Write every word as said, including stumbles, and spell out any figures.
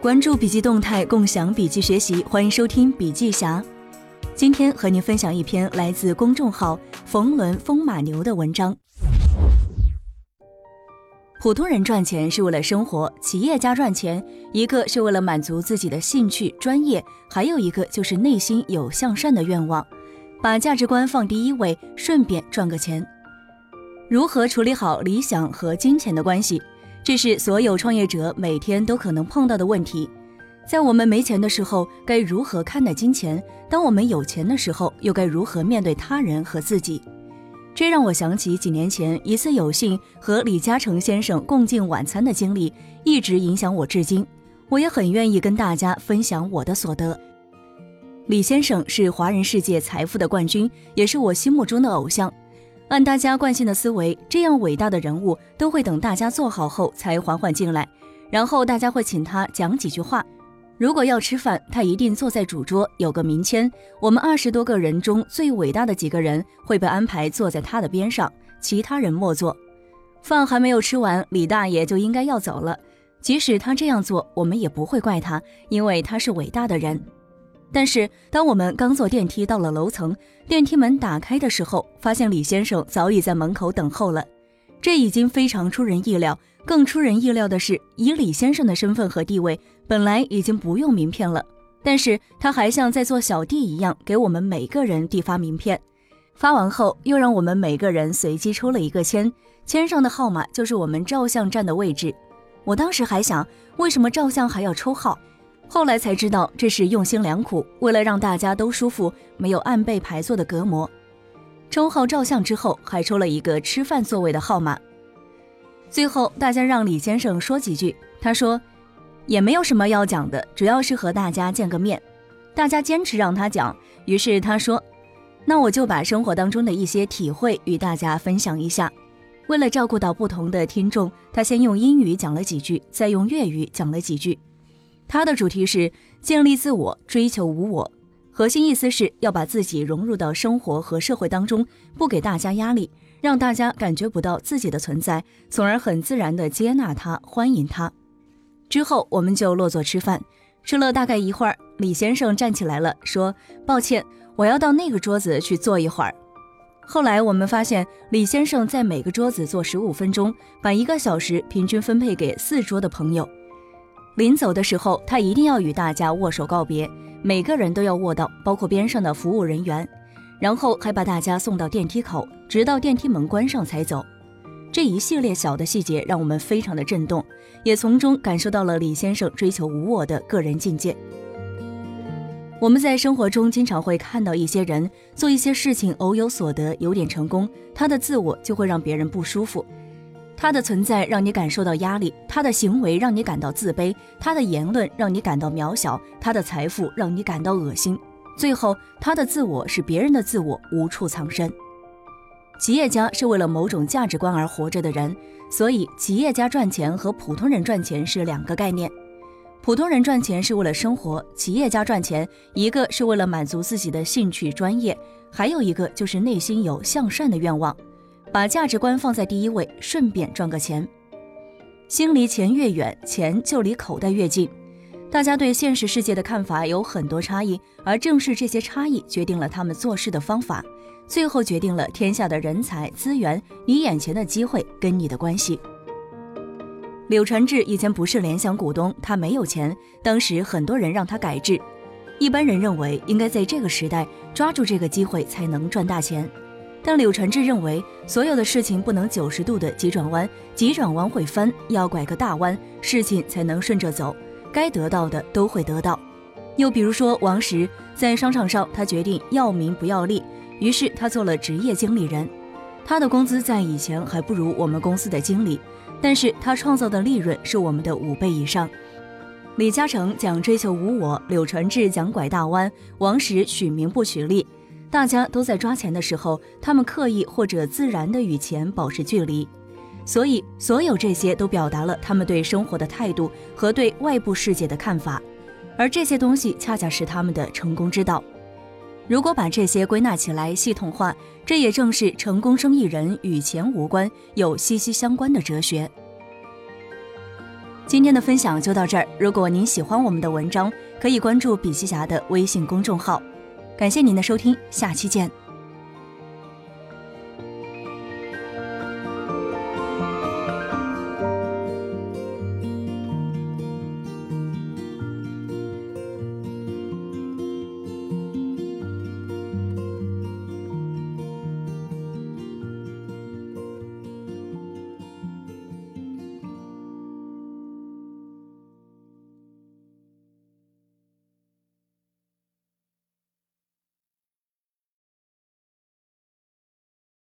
关注笔记动态，共享笔记学习，欢迎收听笔记侠。今天和您分享一篇来自公众号冯仑风马牛的文章。普通人赚钱是为了生活，企业家赚钱，一个是为了满足自己的兴趣专业，还有一个就是内心有向善的愿望，把价值观放第一位，顺便赚个钱。如何处理好理想和金钱的关系，这是所有创业者每天都可能碰到的问题。在我们没钱的时候，该如何看待金钱？当我们有钱的时候，又该如何面对他人和自己？这让我想起几年前一次有幸和李嘉诚先生共进晚餐的经历，一直影响我至今。我也很愿意跟大家分享我的所得。李先生是华人世界财富的冠军，也是我心目中的偶像。按大家惯性的思维，这样伟大的人物都会等大家坐好后才缓缓进来，然后大家会请他讲几句话。如果要吃饭，他一定坐在主桌，有个名签，我们二十多个人中最伟大的几个人会被安排坐在他的边上，其他人默坐。饭还没有吃完，李大爷就应该要走了。即使他这样做，我们也不会怪他，因为他是伟大的人。但是当我们刚坐电梯到了楼层，电梯门打开的时候，发现李先生早已在门口等候了。这已经非常出人意料，更出人意料的是，以李先生的身份和地位，本来已经不用名片了，但是他还像在做小弟一样，给我们每个人递发名片。发完后，又让我们每个人随机抽了一个签，签上的号码就是我们照相站的位置。我当时还想，为什么照相还要抽号？后来才知道，这是用心良苦，为了让大家都舒服，没有按背排坐的隔膜。抽号照相之后，还抽了一个吃饭座位的号码。最后大家让李先生说几句，他说也没有什么要讲的，主要是和大家见个面。大家坚持让他讲，于是他说，那我就把生活当中的一些体会与大家分享一下。为了照顾到不同的听众，他先用英语讲了几句，再用粤语讲了几句。他的主题是建立自我，追求无我，核心意思是要把自己融入到生活和社会当中，不给大家压力，让大家感觉不到自己的存在，从而很自然地接纳他，欢迎他。之后我们就落座吃饭，吃了大概一会儿，李先生站起来了，说抱歉，我要到那个桌子去坐一会儿。后来我们发现，李先生在每个桌子坐十五分钟，把一个小时平均分配给四桌的朋友。临走的时候，他一定要与大家握手告别，每个人都要握到，包括边上的服务人员，然后还把大家送到电梯口，直到电梯门关上才走。这一系列小的细节让我们非常的震动，也从中感受到了李先生追求无我的个人境界。我们在生活中经常会看到一些人做一些事情偶有所得，有点成功，他的自我就会让别人不舒服，他的存在让你感受到压力，他的行为让你感到自卑，他的言论让你感到渺小，他的财富让你感到恶心，最后他的自我是别人的自我，无处藏身。企业家是为了某种价值观而活着的人，所以企业家赚钱和普通人赚钱是两个概念。普通人赚钱是为了生活，企业家赚钱，一个是为了满足自己的兴趣专业，还有一个就是内心有向善的愿望，把价值观放在第一位，顺便赚个钱。心离钱越远，钱就离口袋越近。大家对现实世界的看法有很多差异，而正是这些差异决定了他们做事的方法，最后决定了天下的人才资源，你眼前的机会跟你的关系。柳传志以前不是联想股东，他没有钱，当时很多人让他改制。一般人认为应该在这个时代抓住这个机会才能赚大钱，但柳传志认为所有的事情不能九十度的急转弯，急转弯会翻，要拐个大弯，事情才能顺着走，该得到的都会得到。又比如说王石，在商场上他决定要名不要利，于是他做了职业经理人，他的工资在以前还不如我们公司的经理，但是他创造的利润是我们的五倍以上。李嘉诚讲追求无我，柳传志讲拐大弯，王石取名不取利。大家都在抓钱的时候，他们刻意或者自然地与钱保持距离，所以所有这些都表达了他们对生活的态度和对外部世界的看法，而这些东西恰恰是他们的成功之道。如果把这些归纳起来系统化，这也正是成功生意人与钱无关，有息息相关的哲学。 今天的分享就到这儿，如果您喜欢我们的文章，可以关注笔记侠的微信公众号。感谢您的收听，下期见。